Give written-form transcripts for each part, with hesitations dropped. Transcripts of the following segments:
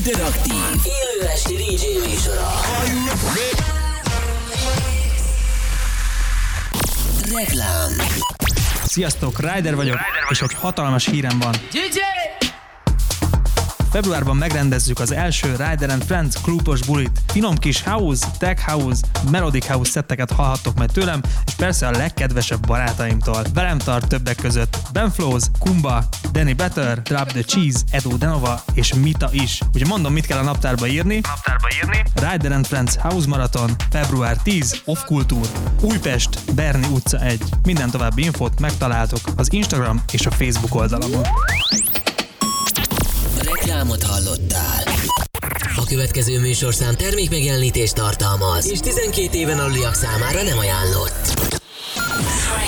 interaktív, élő esti DJ műsora. Reklám. Sziasztok, Ryder vagyok, és egy hatalmas hírem van. Februárban megrendezzük az első Ryder and Friends klubos bulit. Finom kis house, tech house, melodic house szetteket hallhattok majd tőlem, és persze a legkedvesebb barátaimtól. Velem tart többek között Ben Flows, Kumba, Danny Better, Drop the Cheese, Edo Denova és Mita is. Ugye mondom, mit kell a naptárba írni? Ryder and Friends House Marathon, február 10, Off Kultúr, Újpest, Berni utca 1. Minden további infót megtaláltok az Instagram és a Facebook oldalamon. Reklámot hallottál. A következő műsorszám termékmegjelenítést tartalmaz, és 12 éven aluliak számára nem ajánlott. 3,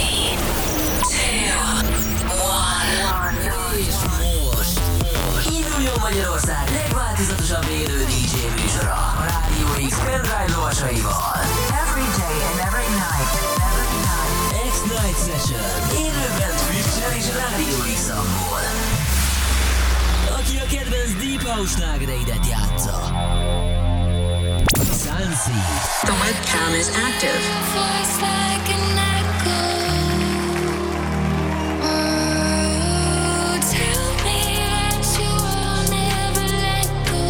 2, 1. És most induljon Magyarország legváltozatosabb élő DJ műsora a Rádió X pendrive lovasaival. Every day and every night. X-Night Session. Élőben Twitch-en és Rádió X-amból. Aki a kedvenc Deep House slágereidet játsza. Sunseed. The webcam is active. Voice like an echo. Tell me that you will never let go.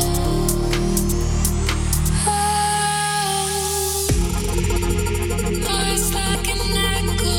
Voice like an echo.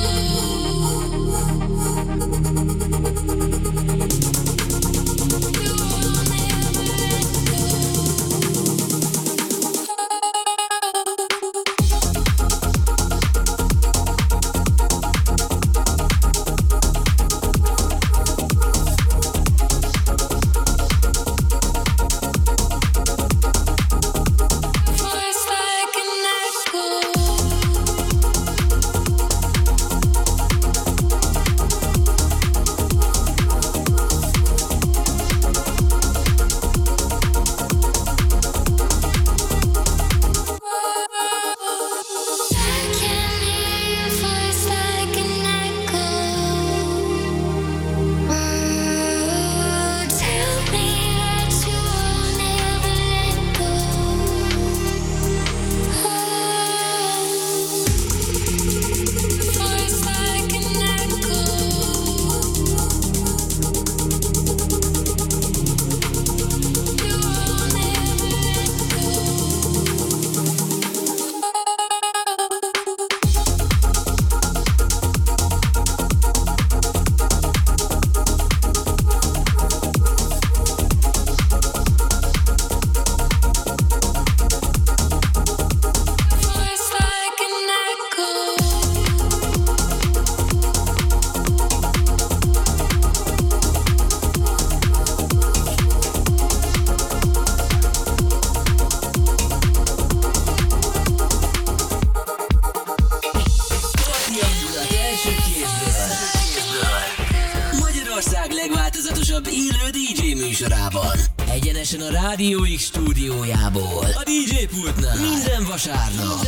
Egyenesen a Rádió X stúdiójából, a DJ pultnál, minden vasárnap.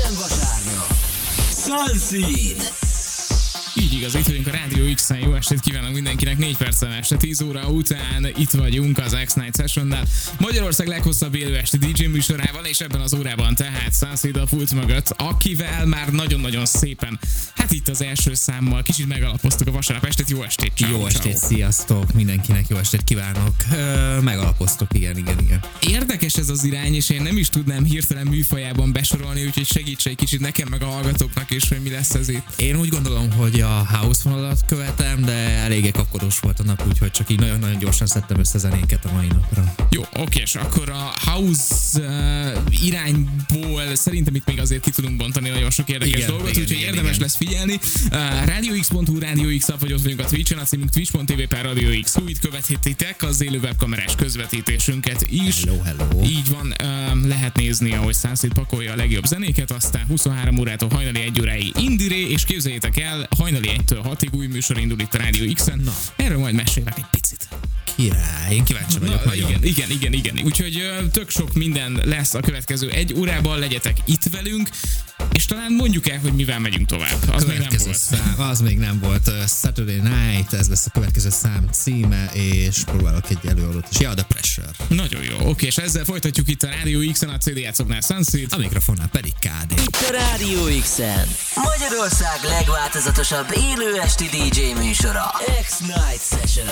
Sunseed. Így igaz, itt vagyunk a Rádió X-en, jó estét kívánok mindenkinek, 4 perccel este 10 óra után itt vagyunk az X-Night Sessionnel, Magyarország leghosszabb élő esti DJ műsorával, és ebben az órában tehát Sunseed a pult mögött, akivel már nagyon-nagyon szépen, hát itt az első számmal kicsit megalapoztuk a vasárnap estét, jó estét, ciao, jó estét, sziasztok, mindenkinek jó estét kívánok, megalapoztok, igen. Érdekes ez az irány, és én nem is tudnám hirtelen műfajában besorolni, úgyhogy segíts egy kicsit nekem meg a hallgatóknak is, hogy mi lesz ez itt. Én úgy gondolom, hogy a house vonalat követem, de eléggé kapkodós volt a nap, úgyhogy csak így nagyon-nagyon gyorsan szedtem össze zenénket a mai napra. Jó, oké, és akkor a house irányból szerintem itt még azért ki tudunk bontani nagyon sok érdekes dolgot, úgyhogy érdemes lesz figyelni. RadioX.hu, Radio X-app, vagy ott vagyunk a Twitch-en, a címünk twitch.tv/RadioX. Itt követhetitek az élő webkamerás közvetítésünket is. Hello. Így van, lehet nézni, ahogy Sunseed pakolja a legjobb zenéket, aztán 23 órától hajnali 1 óráig Indire, és képzeljétek el, hajnali 1-től 6-ig új műsor indul itt a Radio X-en. Na, erről majd mesélek egy picit. Király, én kíváncsi vagyok nagyon. Igen. Úgyhogy tök sok minden lesz a következő 1 órában, legyetek itt velünk. És talán mondjuk el, hogy mivel megyünk tovább. Az még nem volt. Szám, az még nem volt. Saturday Night, ez lesz a következő szám címe, és próbálok egy előadót is. Ja, The Pressure. Nagyon jó. Oké, és ezzel folytatjuk itt a Rádió X-en, a CD játszóknál Sunset. A mikrofonnál pedig KD. Itt a Rádió X-en Magyarország legváltozatosabb élő esti DJ műsora, X-Night Session.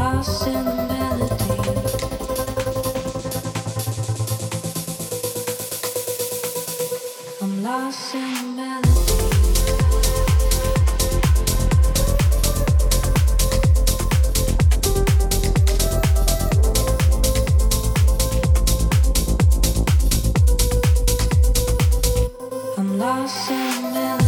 lost in the melody. I'm lost in the melody. I'm lost in the melody.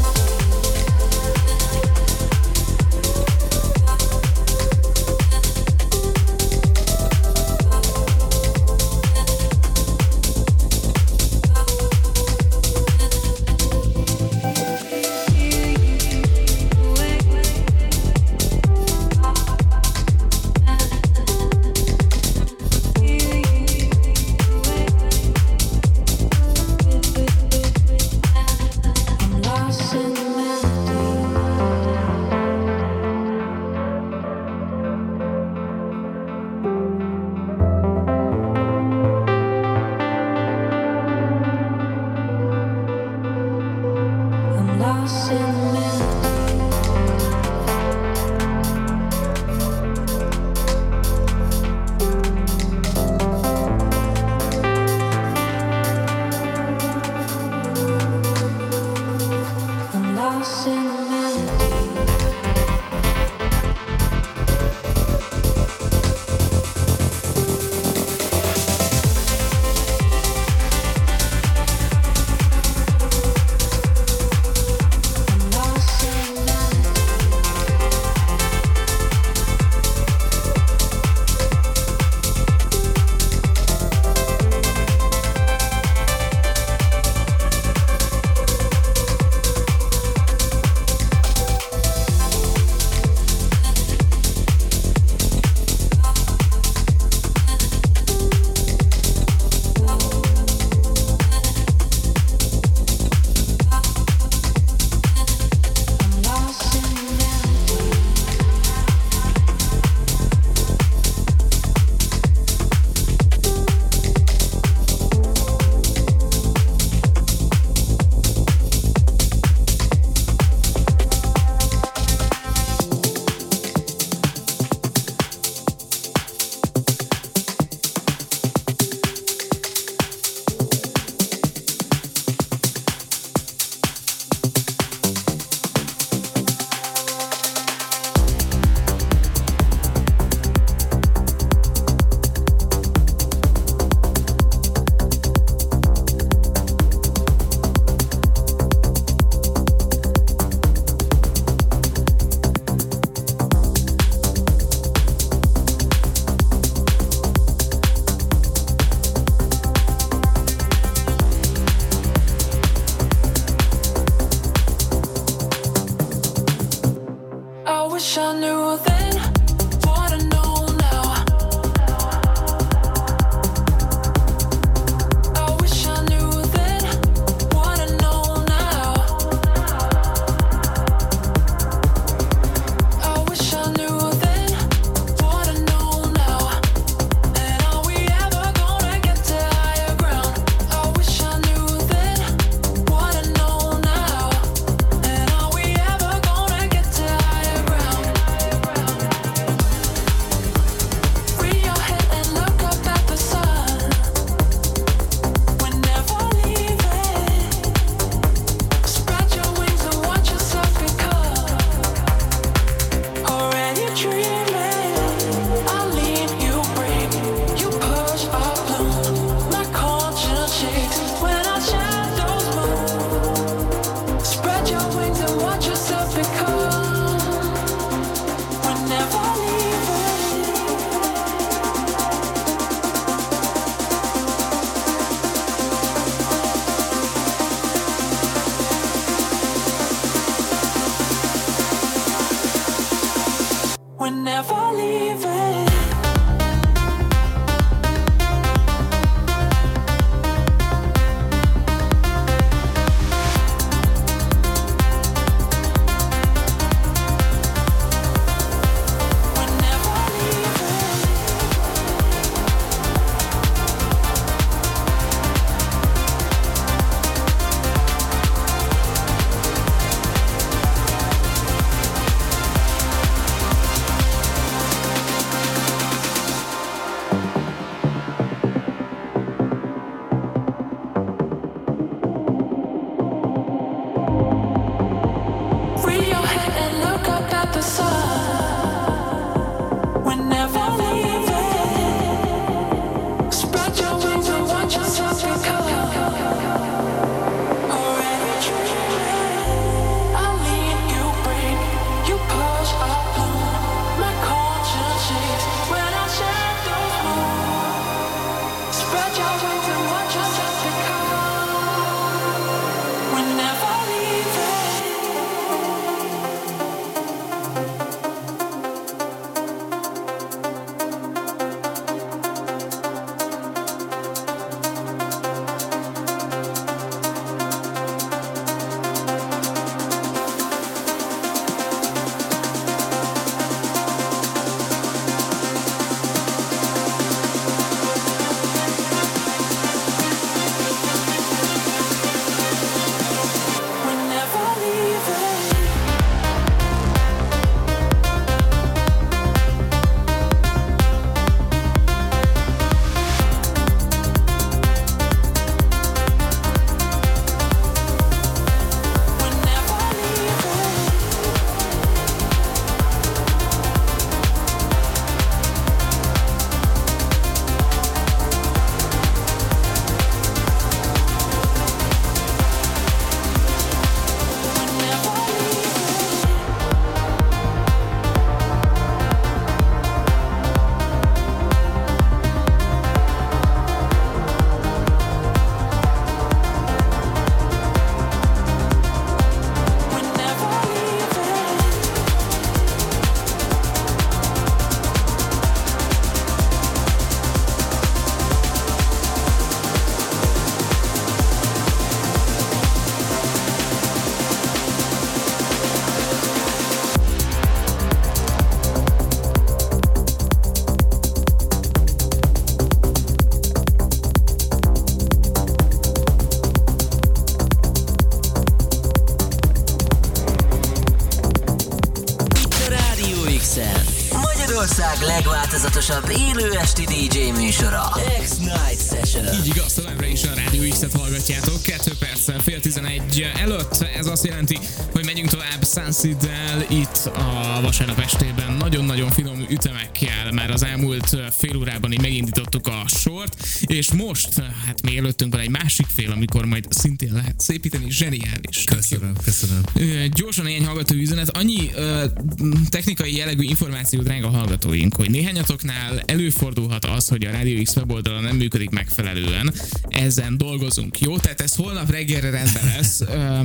Magyarország legváltozatosabb élő esti DJ műsora, X-Night Session. Így igaz, továbbra is a Rádió X-et hallgatjátok, 2 perccel fél 11 előtt. Ez azt jelenti, hogy megyünk tovább Sunseed-del itt a vasárnap estében. Nagyon-nagyon finom ütemekkel már az elmúlt fél órában így megindítottuk a sort, és most, hát még előttünk van egy másik fél, amikor majd szintén lehet szépíteni, zseniális. Köszönöm. Gyorsan néhány hallgató üzenet. Annyi technikai jellegű információ, drága hallgatóink, hogy néhányatoknál előfordulhat az, hogy a Rádió X weboldala nem működik megfelelően. Ezen dolgozunk, jó? Tehát ez holnap reggelre rendben lesz,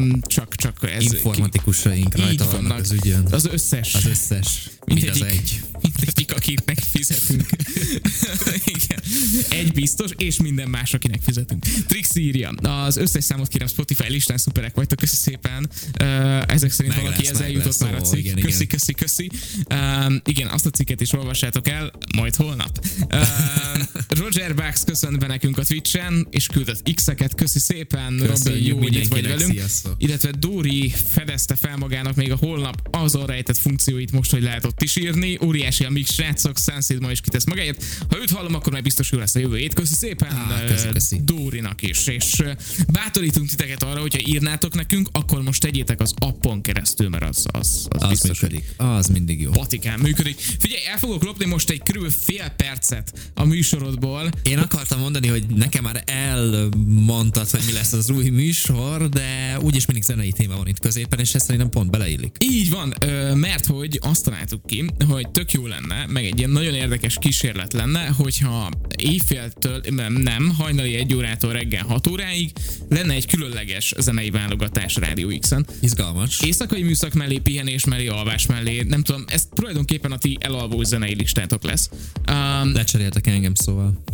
csak ez... Informatikusaink rajta vannak az ügyön. Az összes. Mindegyik, akinek fizetünk. Igen. Egy biztos, és minden más, akinek fizetünk. Trix írja, az összes számot kérem Spotify listán, szuperek vagytok, köszi szépen. Ezek szerint valaki ezzel jutott már a cikk. Köszi. Igen, azt a cikket is olvassátok el, majd holnap. Roger Bax köszönt be nekünk a Twitch-en, és küldött X-eket, köszi szépen. Robi, jó, hogy itt vagy velünk. Sziasztok. Illetve Dóri fedezte fel magának még a holnap azon rejtett funkcióit most, hogy lehet ott is írni. Óriási a mix, srácok, Sunseed ma is kitesz magáért. Ha őt hallom, akkor már biztos jó lesz a jövő hét. Köszi szépen köszi. Dórinak is. És bátorítunk titeket arra, hogyha írnátok nekünk, akkor most tegyétek az appon keresztül, mert az biztos, működik. Az mindig jó. patikán működik. Figyelj, el fogok lopni most egy körülbelül fél percet a műsorodból. Én akartam mondani, hogy nekem már elmondtad, hogy mi lesz az új műsor, de úgyis mindig zenei téma van itt középen, és ez szerintem pont beleillik. Így van, mert hogy azt találtuk ki, hogy tök jó lenne, meg egy ilyen nagyon érdekes kísérlet lenne, hogyha éjféltől, nem, hajnali 1 órától reggel 6 óráig lenne egy különleges zenei válogatás Rádió X-en. Izgalmas. Éjszakai műszak mellé, pihenés mellé, alvás mellé, nem tudom, ez tulajdonképpen a ti elalvó zenei listátok lesz. Lecseréltek engem, szóval.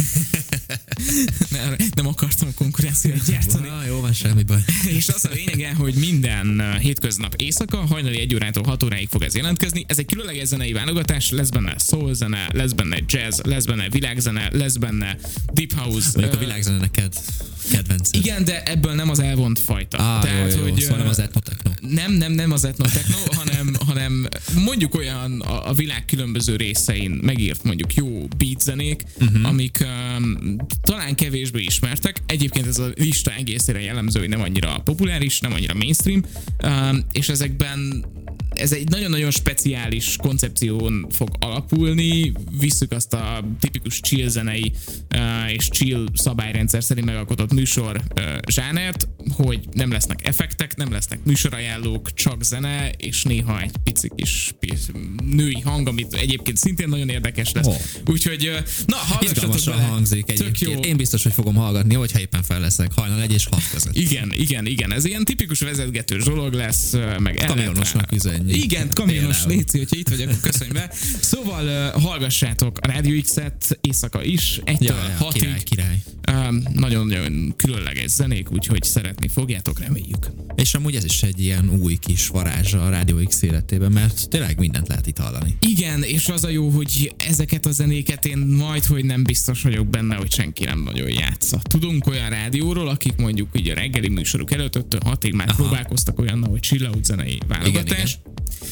Nem akartam a konkurenciát gyártani. Jó, van, semmi baj. És az a lényege, hogy minden hétköznap éjszaka, hajnali 1 órától 6 óráig fog ez jelentkezni. Ez egy különleges zenei válogatás, lesz benne soul zene, lesz benne jazz, lesz benne világzene, lesz benne deep house. Mondjuk a világzene neked kedvenced. Igen, de ebből nem az elvont fajta. Tehát, jó, hogy szóval nem az etnotechno. Nem az etnotechno, hanem mondjuk olyan a világ különböző részein megírt mondjuk jó beat zenék, amik talán kevésbé ismertek. Egyébként ez a lista egészére jellemző, hogy nem annyira populáris, nem annyira mainstream, és ezekben ez egy nagyon-nagyon speciális koncepción fog alapulni, visszük azt a tipikus chill zenei és chill szabályrendszer szerint megalkotott műsor zsánert, hogy nem lesznek effektek, nem lesznek műsorajánlók, csak zene, és néha egy pici kis női hang, amit egyébként szintén nagyon érdekes lesz. Úgyhogy, na, hallgassatok izgalmasan bele. hangzik egyébként. Én biztos, hogy fogom hallgatni, hogyha éppen fel leszek hajnal 1 és 6 között. Igen. Ez ilyen tipikus vezetgetős dolog lesz, meg Kamionosnak üzenjük. Igen, kamionos, Például. léci, hogyha itt vagy, akkor köszönj be. Szóval hallgassátok a Rádió X-et éjszaka is, 1-től 6-ig. Király. Nagyon-nagyon különleges zenék, úgyhogy szeretni fogjátok, reméljük. És amúgy ez is egy ilyen új kis varázs a Rádió X életében, mert tényleg mindent lehet itt hallani. Igen, és az a jó, hogy ezeket a zenéket én majdhogy nem biztos vagyok benne, hogy senki nem nagyon játsza. Tudunk olyan rádióról, akik mondjuk így a reggeli műsoruk előtt 5-től 6-ig már próbálkoztak olyannal, hogy chill out zenei válogatás. Igen.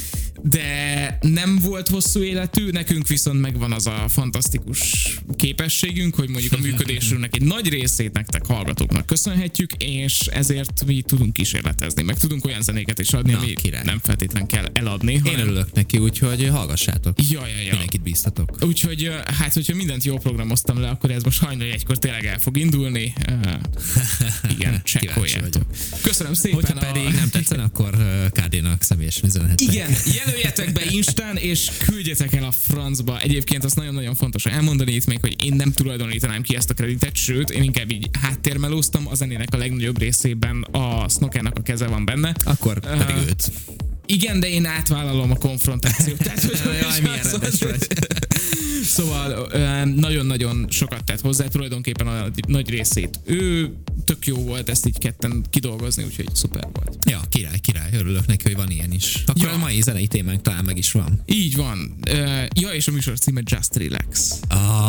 De nem volt hosszú életű, nekünk viszont megvan az a fantasztikus képességünk, hogy mondjuk a működésünknek egy nagy részét nektek hallgatóknak köszönhetjük, és ezért mi tudunk kísérletezni, meg tudunk olyan zenéket is adni, ami nem feltétlen kell eladni. Én örülök neki, úgyhogy hallgassátok. Ja. Mindenkit bíztatok. Úgyhogy hát, hogyha mindent jól programoztam le, akkor ez most hajnali 1-kor tényleg el fog indulni. Igen, csekkoljátok. Köszönöm szépen. Hogyha pedig nem tetszene, akkor KD-nak személyes üzenhettek. Igen, jelöljetek be Instán, és küldjetek el a francba. Egyébként az nagyon-nagyon fontos elmondani itt még, hogy én nem tulajdonítanám ki ezt a kreditet, sőt, én inkább így háttérmelóztam, a zenének a legnagyobb részében a Snokernak a keze van benne. Akkor pedig őt. Igen, de én átvállalom a konfrontációt. Tehát, hogy Jaj, milyen rendes vagy. Szóval nagyon-nagyon sokat tett hozzá, tulajdonképpen a nagy részét ő tök jó volt ezt így ketten kidolgozni, úgyhogy szuper volt. Ja, király, örülök neki, hogy van ilyen is. Akkor a mai zenei témánk talán meg is van. Így van. Ja, és a műsor címe Just Relax.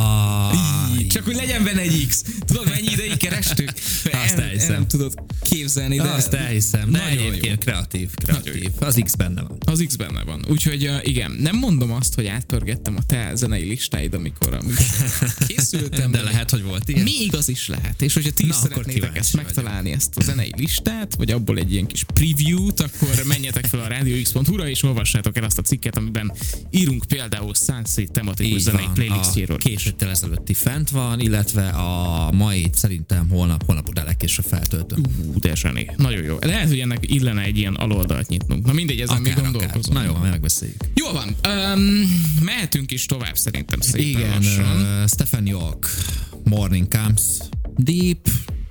Csak hogy legyen benne egy X. Tudod, mennyi ideig kerestük? Azt elhiszem. Nem tudod képzelni, de Azt elhiszem. De nagyon egyébként kreatív. Az X benne van. Az X benne van. Úgyhogy igen, nem mondom azt, hogy átpörgettem a te zenei listáid, amikor a műsor készültem. De lehet, hogy volt ilyen. Még az is lehet. És hogyha ti is szeretnétek ezt megtalálni, ezt a zenei listát, vagy abból egy ilyen kis preview-t, akkor menjetek fel a radiox.hu-ra, és olvassátok el azt a cikket, amiben írunk például Sunset tematikus zenei playlistjéről. 2 héttel ezelőtti fent van, illetve a mai szerintem holnap után legkésőbb feltöltöm. De zseni. Nagyon jó. Lehet, hogy ennek illene egy ilyen aloldalt nyitnunk. Na mindegy, ezen még gondolkozom. Na jó, megbeszéljük. Jó van. Mehetünk is tovább szerintem szépen Igen, lassan. Stephen York, Morning Comes, Deep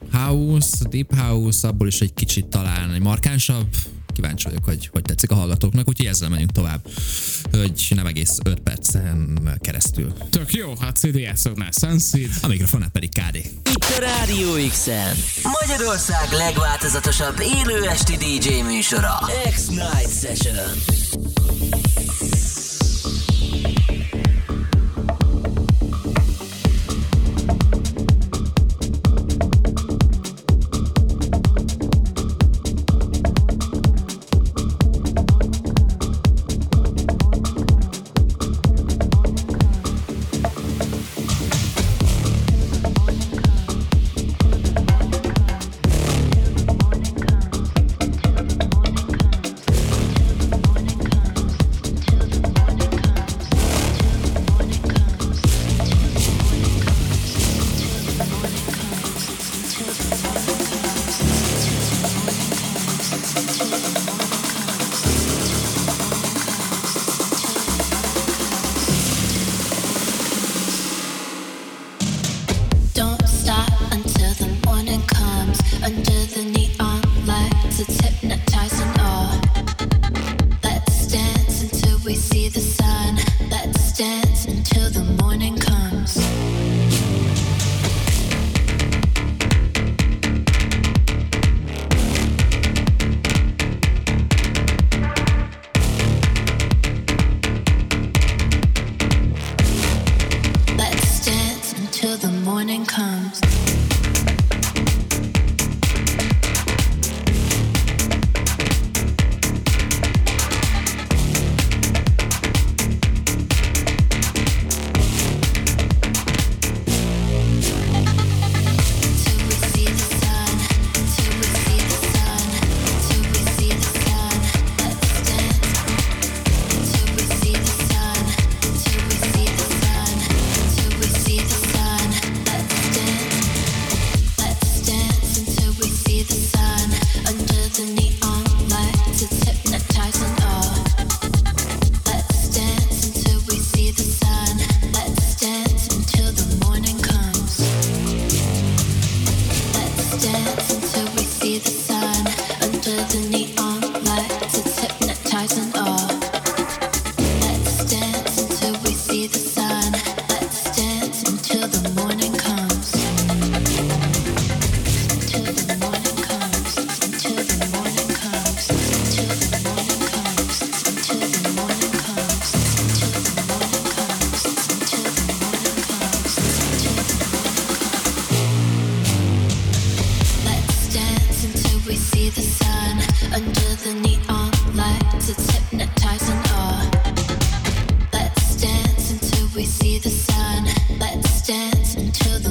House, abból is egy kicsit talán egy markánsabb. Kíváncsi vagyok, hogy tetszik a hallgatóknak, úgyhogy ezzel menjünk tovább, hogy nem egész 5 percen keresztül. Tök jó, hát CD játszoknál Sunset. A mikrofonát pedig KD. Itt a Rádió X-en Magyarország legváltozatosabb élő esti DJ műsora, X-Night Session.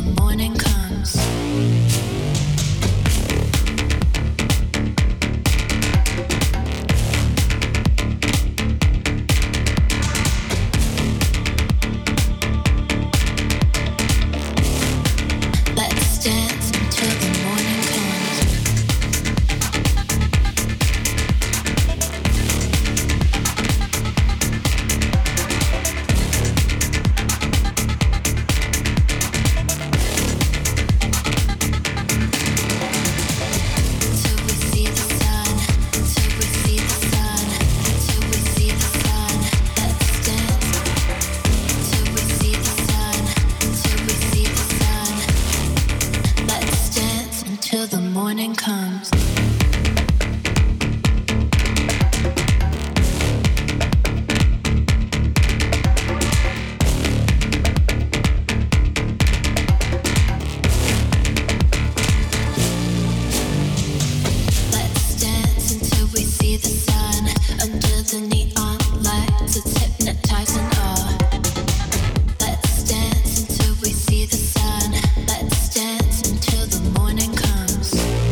morning comes. Let's dance until the morning comes. Till we see the sun, till we see the sun, till we see the sun. Let's dance. Till we see the sun, till we see the sun. Let's dance until the morning comes. Let's dance until we see the sun. Under the neon lights, it's hypnotizing all. Let's dance until we see the sun. Let's dance until the morning comes.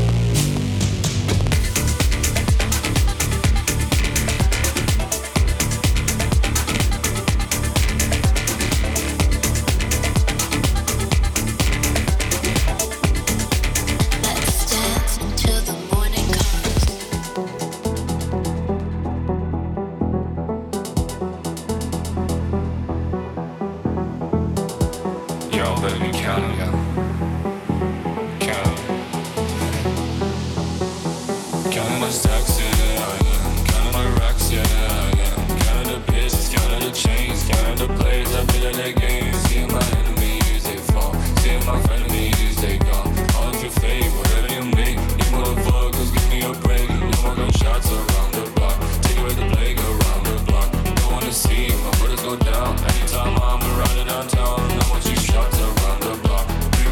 Let's dance until the morning comes. Yo, baby, counting, yo. Counting. Counting my stacks, yeah. Counting my racks, yeah. Counting the bitches, counting the chains, counting the players, I've been in that game. Seeing my enemies, they fall. Seeing my frenemies, they gone. All your fame, whatever you make. You motherfuckers, give me a break. No more gunshots around the block. Take away the plague around the block. Don't wanna see my brothers go down. Anytime I'm riding downtown, I want you shots around the block.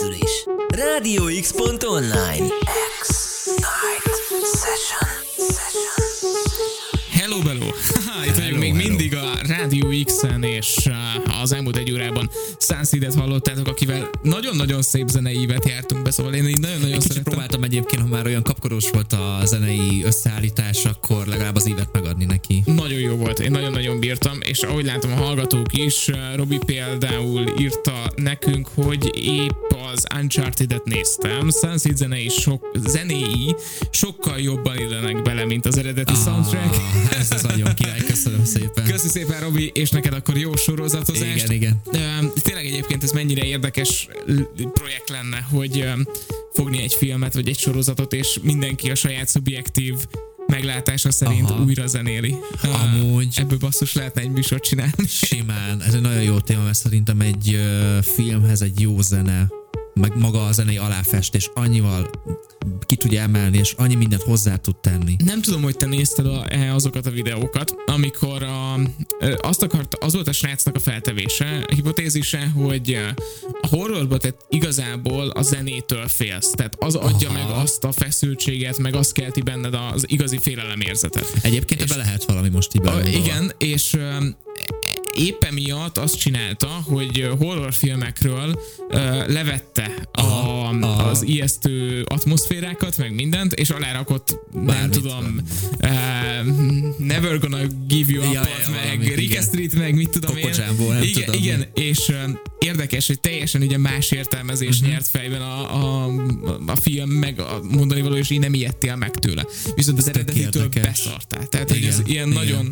is. Radio X.online. X-Night Session. Hello, bello! Itt vagyunk még mindig a Rádió X-en, és az elmúlt egy órában Sunseedet hallottátok, akivel nagyon-nagyon szép zenei ívet jártunk be, szóval én így nagyon-nagyon Kicsit szerettem. próbáltam egyébként, ha már olyan kapkodós volt a zenei összeállítás, akkor legalább az ívet megadni neki. Nagyon jó volt, én nagyon-nagyon bírtam, és ahogy látom a hallgatók is, Robi például írta nekünk, hogy épp az Uncharted-et néztem, Sunseed zenéi sokkal jobban illenek bele, mint az eredeti soundtrack. Ez nagyon király, köszönöm szépen. Köszi szépen, Robi, és neked akkor jó sorozatozást. Igen. Tényleg egyébként ez mennyire érdekes projekt lenne, hogy fogni egy filmet, vagy egy sorozatot, és mindenki a saját szubjektív meglátása szerint újra zenéli. Amúgy Ebből basszus lehetne egy műsort csinálni. simán, ez egy nagyon jó téma, mert szerintem egy filmhez egy jó zene, meg maga a zenei aláfestés annyival ki tudja emelni, és annyi mindent hozzá tud tenni. Nem tudom, hogy te nézted azokat a videókat, amikor az volt a srácnak a feltevése, a hipotézise, hogy a horrorba tehát igazából a zenétől félsz. Tehát az adja meg azt a feszültséget, meg azt kelti benned az igazi félelemérzetet. Egyébként ebbe lehet valami most így belőle. Igen, és épp emiatt azt csinálta, hogy horrorfilmekről levette az ijesztő atmoszférákat, meg mindent, és alárakott, nem tudom, Never Gonna Give You Up-ot, meg Rick Street, meg mit tudom én. Pokocsánból, nem tudom. Igen, és érdekes, hogy teljesen ugye más értelmezés nyert fejben a film, meg a mondani való, és így nem ijedtél meg tőle. Viszont az eredetitől beszartál. Tehát, hogy ez ilyen nagyon...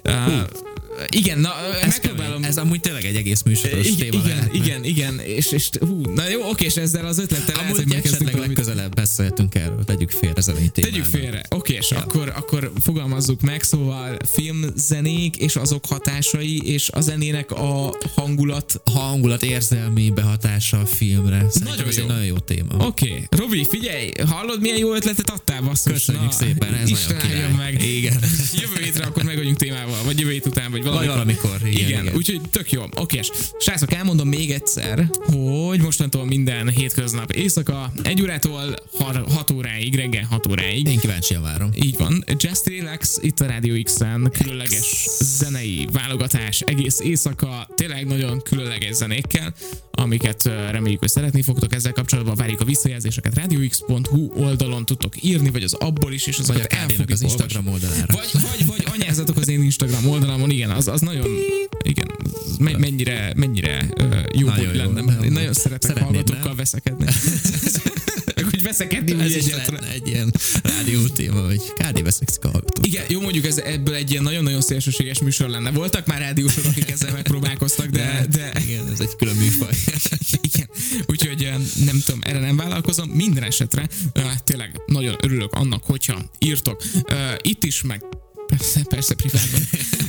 Igen, na, megpróbálom. Ez amúgy tényleg egy egész műsoros téma lehetne. Igen, és na jó, oké, és ezzel az ötlettel lehet, hogy esetleg legközelebb beszélhetünk erről, tegyük félre zenei témát. Tegyük félre, oké, és akkor fogalmazzuk meg, szóval filmzenék és azok hatásai, és a zenének a hangulat érzelmi behatása a filmre. Szerintem ez egy nagyon jó téma. Oké. Robi, figyelj, hallod, milyen jó ötletet adtál, basszus? Köszönjük szépen, ez Isten nagyon király. meg. Igen. Jövő hétre akkor meg vagyunk témával, vagy jövő hét után, vagy valamikor. Igen. Úgyhogy tök jó. Oké, srácok, elmondom még egyszer, hogy mostantól minden hétköznap éjszaka 1 órától 6 óráig, reggel 6 óráig. Én kíváncsian várom. Így van. Just Relax itt a Radio X-en, különleges zenei válogatás egész éjszaka, tényleg nagyon különleges zenékkel, amiket reméljük, hogy szeretni fogtok. Ezzel kapcsolatban várjuk a visszajelzéseket. radiox.hu oldalon tudtok írni, vagy az abból is, és azokat el fogjuk az Instagram oldalára. Vagy anyázzatok az én Instagram oldalamon, igen, az nagyon, igen, mennyire jó volt lenne. Én nagyon szeretek hallgatókkal veszekedni. Hogy veszekedni úgy egyáltalán. Egy ilyen rádió téma, hogy kd. Veszekszik a hallgatók. Igen, jó, mondjuk ebből egy ilyen nagyon-nagyon szélsőséges műsor lenne. Voltak már rádiósok, akik ezzel megpróbálkoztak, de... Igen, ez egy külön műfaj. Igen, úgyhogy nem tudom, erre nem vállalkozom. Minden esetre tényleg nagyon örülök annak, hogyha írtok. Itt is, meg persze privátban.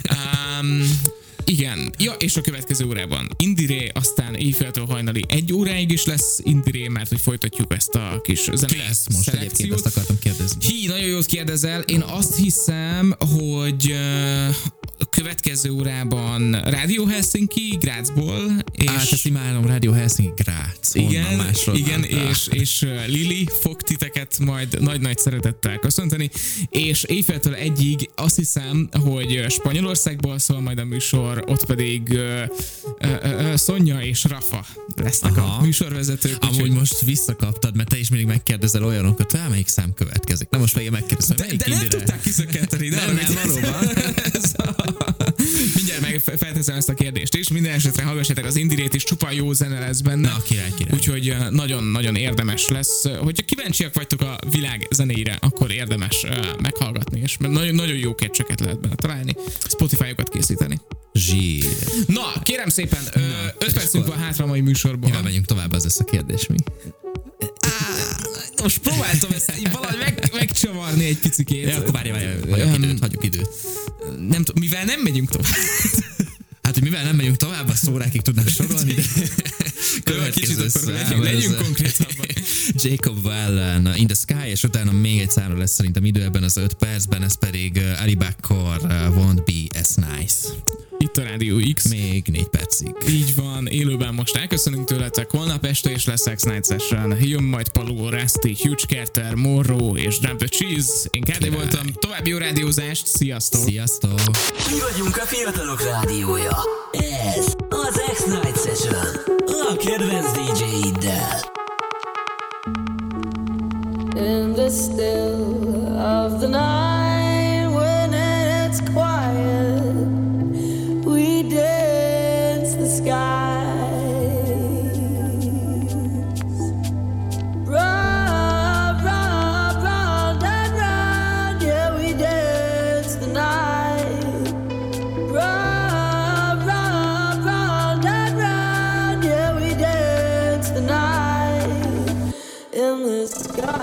Igen, ja, és a következő órában Indire, aztán éjféltől hajnali 1 óráig is lesz Indire, mert hogy folytatjuk ezt a kis zenei lesz most egyébként, ezt akartam kérdezni. Nagyon jót kérdezel. Én azt hiszem, hogy a következő órában Radio Helsinki, Grazból, és... ezt imádom, Radio Helsinki, Graz. Igen, és Lili fog titeket majd nagy-nagy szeretettel köszönteni, és éjféltől 1-ig azt hiszem, hogy Spanyolországból szól majd a műsor, ott pedig Szonya és Rafa lesznek a műsorvezetők. Amúgy most visszakaptad, mert te is mindig megkérdezel olyanokat, hogy melyik szám következik. Na most megint megkérdezem, de nem tudták kiszökkenteni. Nem, valóban. Mindjárt felteszem ezt a kérdést is. Minden esetre hallgassátok az Indirét is, csupa jó zene lesz benne. Na, király. Úgyhogy nagyon-nagyon érdemes lesz. Hogyha kíváncsiak vagytok a világ zenéire, akkor érdemes meghallgatni, és nagyon jó catcheket lehet benne találni. Spotify-okat készíteni. Zsír. Na, kérem szépen, 5 percünk van hátra a mai műsorban. Mivel menjünk tovább, az lesz a kérdés, mi? Most próbáltam ezt így valahogy megcsavarni egy picikét. Ja, akkor várj, hagyjuk időt. Nem tudom, mivel nem megyünk tovább. Hát, hogy mivel nem megyünk tovább, azt órákig tudnám sorolni, de kicsit akkor legyünk konkrétabban. Jacob Wallen, In the Sky, és utána még egy számra lesz szerintem idő ebben az 5 percben, ez pedig Ali Bakor, Won't Be As Nice. Itt a Rádió X. Még 4 percig. Így van, élőben most elköszönünk tőletek, holnap este is lesz X-Night Session, jön majd Paló, Rusty, Huge Carter, Morro és Jump the Cheese. Én KD voltam, további jó rádiózást, sziasztok! Sziasztok! Mi vagyunk a fiatalok rádiója. Ez az X-Night Session. A kedvenc DJ-iddel. In the still of the night, when it's quiet, we dance the skies. Run, run, run, and run, yeah, we dance the night. Run, run, run, and run, yeah, we dance the night in the sky.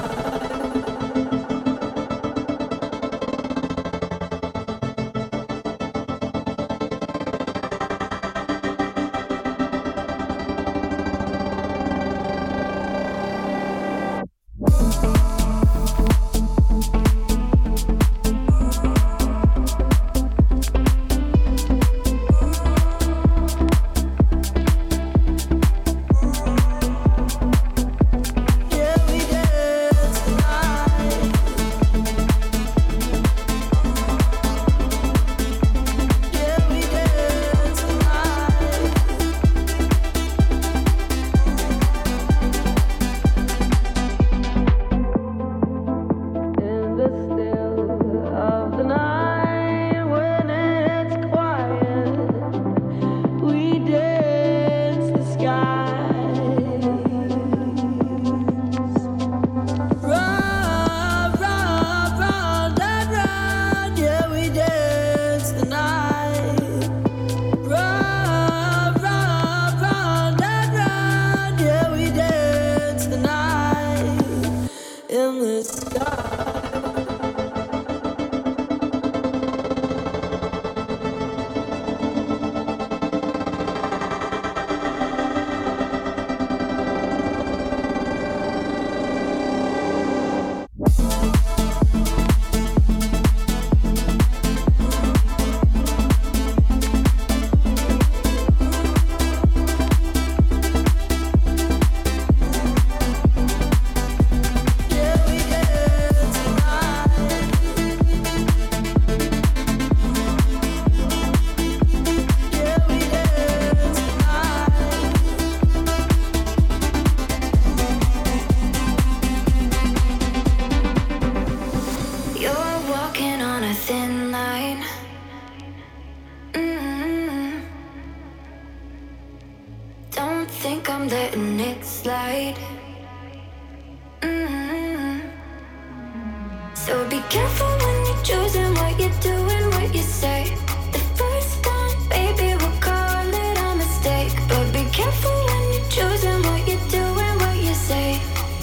So be careful when you're choosing what you're doing, what you say. The first time, baby, we'll call it a mistake. But be careful when you're choosing what you're doing, what you say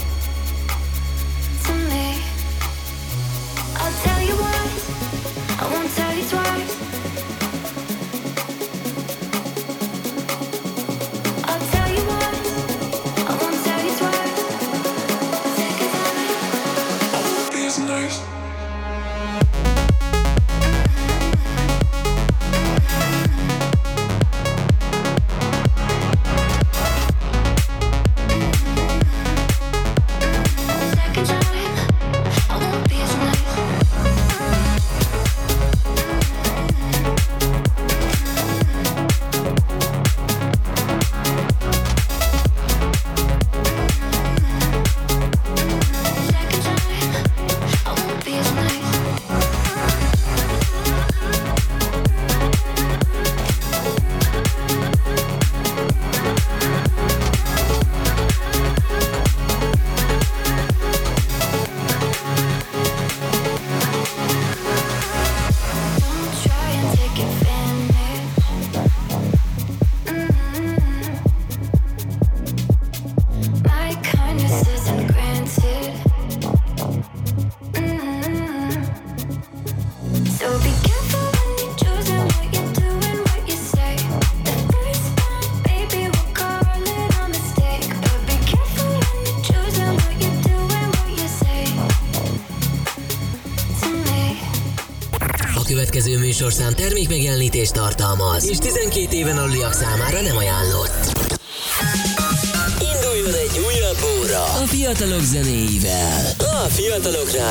to me. I'll tell you once, I won't tell you twice. I'll tell you once, I won't tell you twice. Take it on me. These nights következő műsorszám termékmegjelenítést tartalmaz, és 12 éven aluliak számára nem ajánlott. Induljon egy újabb óra a fiatalok zenéivel. A Fiatalok Rádiójában.